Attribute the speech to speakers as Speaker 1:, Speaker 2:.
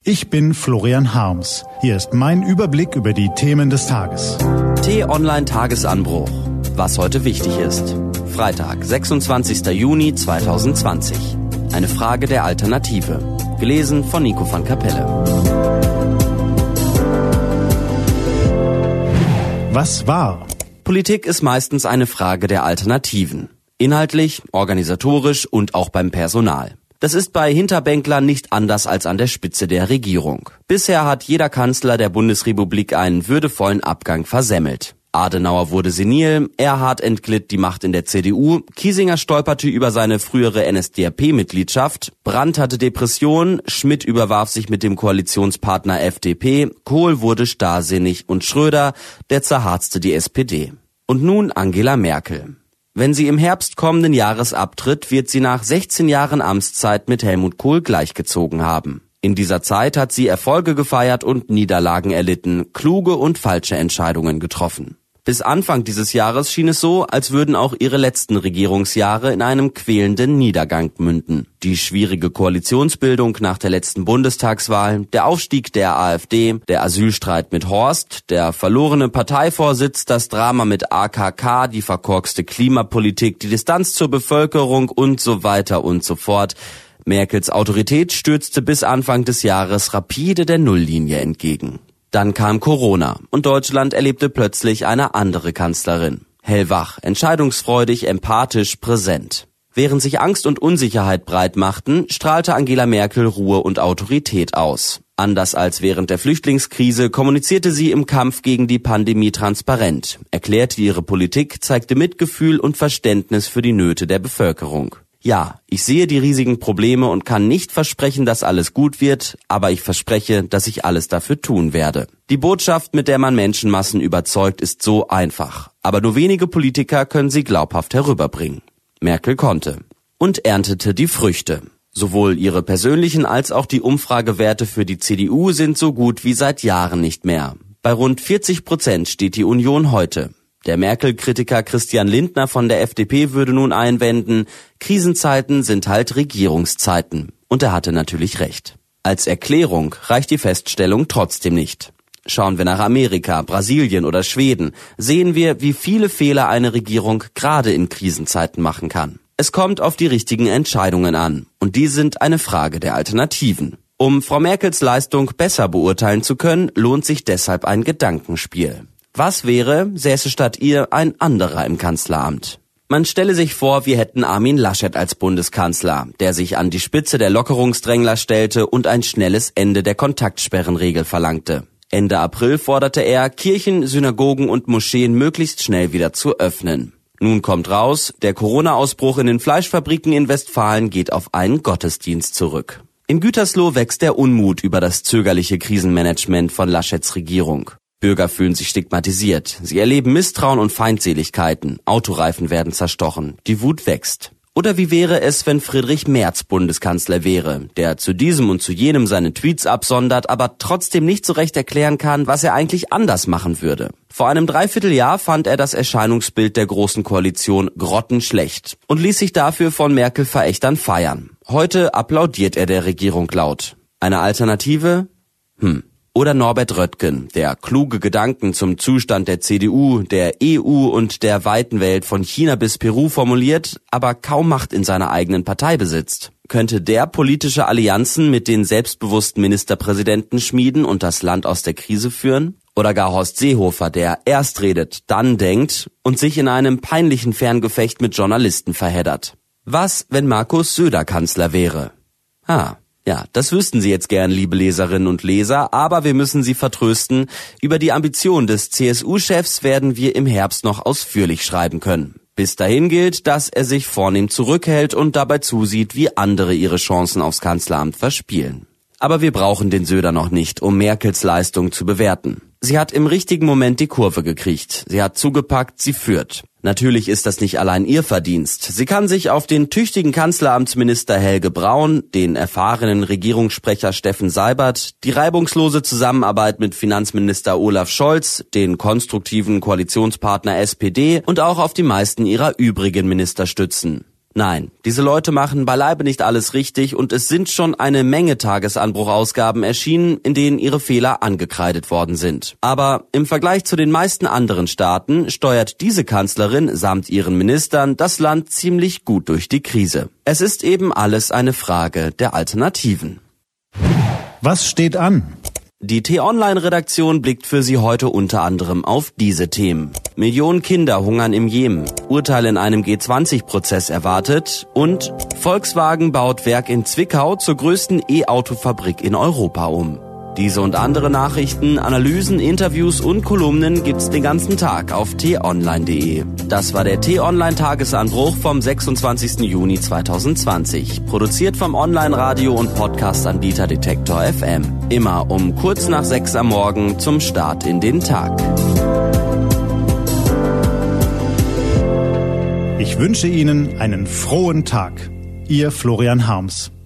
Speaker 1: Ich bin Florian Harms. Hier ist mein Überblick über die Themen des Tages.
Speaker 2: T-Online-Tagesanbruch. Was heute wichtig ist. Freitag, 26. Juni 2020. Eine Frage der Alternative. Gelesen von Nico van Kapelle.
Speaker 1: Was war?
Speaker 2: Politik ist meistens eine Frage der Alternativen. Inhaltlich, organisatorisch und auch beim Personal. Das ist bei Hinterbänklern nicht anders als an der Spitze der Regierung. Bisher hat jeder Kanzler der Bundesrepublik einen würdevollen Abgang versemmelt. Adenauer wurde senil, Erhard entglitt die Macht in der CDU, Kiesinger stolperte über seine frühere NSDAP-Mitgliedschaft, Brandt hatte Depressionen, Schmidt überwarf sich mit dem Koalitionspartner FDP, Kohl wurde starrsinnig und Schröder, der zerharzte die SPD. Und nun Angela Merkel. Wenn sie im Herbst kommenden Jahres abtritt, wird sie nach 16 Jahren Amtszeit mit Helmut Kohl gleichgezogen haben. In dieser Zeit hat sie Erfolge gefeiert und Niederlagen erlitten, kluge und falsche Entscheidungen getroffen. Bis Anfang dieses Jahres schien es so, als würden auch ihre letzten Regierungsjahre in einem quälenden Niedergang münden. Die schwierige Koalitionsbildung nach der letzten Bundestagswahl, der Aufstieg der AfD, der Asylstreit mit Horst, der verlorene Parteivorsitz, das Drama mit AKK, die verkorkste Klimapolitik, die Distanz zur Bevölkerung und so weiter und so fort. Merkels Autorität stürzte bis Anfang des Jahres rapide der Nulllinie entgegen. Dann kam Corona und Deutschland erlebte plötzlich eine andere Kanzlerin. Hellwach, entscheidungsfreudig, empathisch, präsent. Während sich Angst und Unsicherheit breit machten, strahlte Angela Merkel Ruhe und Autorität aus. Anders als während der Flüchtlingskrise kommunizierte sie im Kampf gegen die Pandemie transparent, erklärte ihre Politik, zeigte Mitgefühl und Verständnis für die Nöte der Bevölkerung. Ja, ich sehe die riesigen Probleme und kann nicht versprechen, dass alles gut wird, aber ich verspreche, dass ich alles dafür tun werde. Die Botschaft, mit der man Menschenmassen überzeugt, ist so einfach. Aber nur wenige Politiker können sie glaubhaft herüberbringen. Merkel konnte. Und erntete die Früchte. Sowohl ihre persönlichen als auch die Umfragewerte für die CDU sind so gut wie seit Jahren nicht mehr. Bei rund 40% steht die Union heute. Der Merkel-Kritiker Christian Lindner von der FDP würde nun einwenden, Krisenzeiten sind halt Regierungszeiten. Und er hatte natürlich recht. Als Erklärung reicht die Feststellung trotzdem nicht. Schauen wir nach Amerika, Brasilien oder Schweden, sehen wir, wie viele Fehler eine Regierung gerade in Krisenzeiten machen kann. Es kommt auf die richtigen Entscheidungen an. Und die sind eine Frage der Alternativen. Um Frau Merkels Leistung besser beurteilen zu können, lohnt sich deshalb ein Gedankenspiel. Was wäre, säße statt ihr ein anderer im Kanzleramt? Man stelle sich vor, wir hätten Armin Laschet als Bundeskanzler, der sich an die Spitze der Lockerungsdrängler stellte und ein schnelles Ende der Kontaktsperrenregel verlangte. Ende April forderte er, Kirchen, Synagogen und Moscheen möglichst schnell wieder zu öffnen. Nun kommt raus, der Corona-Ausbruch in den Fleischfabriken in Westfalen geht auf einen Gottesdienst zurück. In Gütersloh wächst der Unmut über das zögerliche Krisenmanagement von Laschets Regierung. Bürger fühlen sich stigmatisiert. Sie erleben Misstrauen und Feindseligkeiten. Autoreifen werden zerstochen. Die Wut wächst. Oder wie wäre es, wenn Friedrich Merz Bundeskanzler wäre, der zu diesem und zu jenem seine Tweets absondert, aber trotzdem nicht so recht erklären kann, was er eigentlich anders machen würde? Vor einem Dreivierteljahr fand er das Erscheinungsbild der Großen Koalition grottenschlecht und ließ sich dafür von Merkel-Verächtern feiern. Heute applaudiert er der Regierung laut. Eine Alternative? Oder Norbert Röttgen, der kluge Gedanken zum Zustand der CDU, der EU und der weiten Welt von China bis Peru formuliert, aber kaum Macht in seiner eigenen Partei besitzt. Könnte der politische Allianzen mit den selbstbewussten Ministerpräsidenten schmieden und das Land aus der Krise führen? Oder gar Horst Seehofer, der erst redet, dann denkt und sich in einem peinlichen Ferngefecht mit Journalisten verheddert? Was, wenn Markus Söder Kanzler wäre? Ja, das wüssten Sie jetzt gern, liebe Leserinnen und Leser, aber wir müssen Sie vertrösten. Über die Ambition des CSU-Chefs werden wir im Herbst noch ausführlich schreiben können. Bis dahin gilt, dass er sich vornehm zurückhält und dabei zusieht, wie andere ihre Chancen aufs Kanzleramt verspielen. Aber wir brauchen den Söder noch nicht, um Merkels Leistung zu bewerten. Sie hat im richtigen Moment die Kurve gekriegt. Sie hat zugepackt, sie führt. Natürlich ist das nicht allein ihr Verdienst. Sie kann sich auf den tüchtigen Kanzleramtsminister Helge Braun, den erfahrenen Regierungssprecher Steffen Seibert, die reibungslose Zusammenarbeit mit Finanzminister Olaf Scholz, den konstruktiven Koalitionspartner SPD und auch auf die meisten ihrer übrigen Minister stützen. Nein, diese Leute machen beileibe nicht alles richtig und es sind schon eine Menge Tagesanbruchausgaben erschienen, in denen ihre Fehler angekreidet worden sind. Aber im Vergleich zu den meisten anderen Staaten steuert diese Kanzlerin samt ihren Ministern das Land ziemlich gut durch die Krise. Es ist eben alles eine Frage der Alternativen.
Speaker 1: Was steht an?
Speaker 2: Die T-Online-Redaktion blickt für Sie heute unter anderem auf diese Themen. Millionen Kinder hungern im Jemen, Urteil in einem G20-Prozess erwartet und Volkswagen baut Werk in Zwickau zur größten E-Auto-Fabrik in Europa um. Diese und andere Nachrichten, Analysen, Interviews und Kolumnen gibt's den ganzen Tag auf t-online.de. Das war der T-Online-Tagesanbruch vom 26. Juni 2020. Produziert vom Online-Radio- und Podcast-Anbieter Detektor FM. Immer um kurz nach 6 am Morgen zum Start in den Tag.
Speaker 1: Ich wünsche Ihnen einen frohen Tag. Ihr Florian Harms.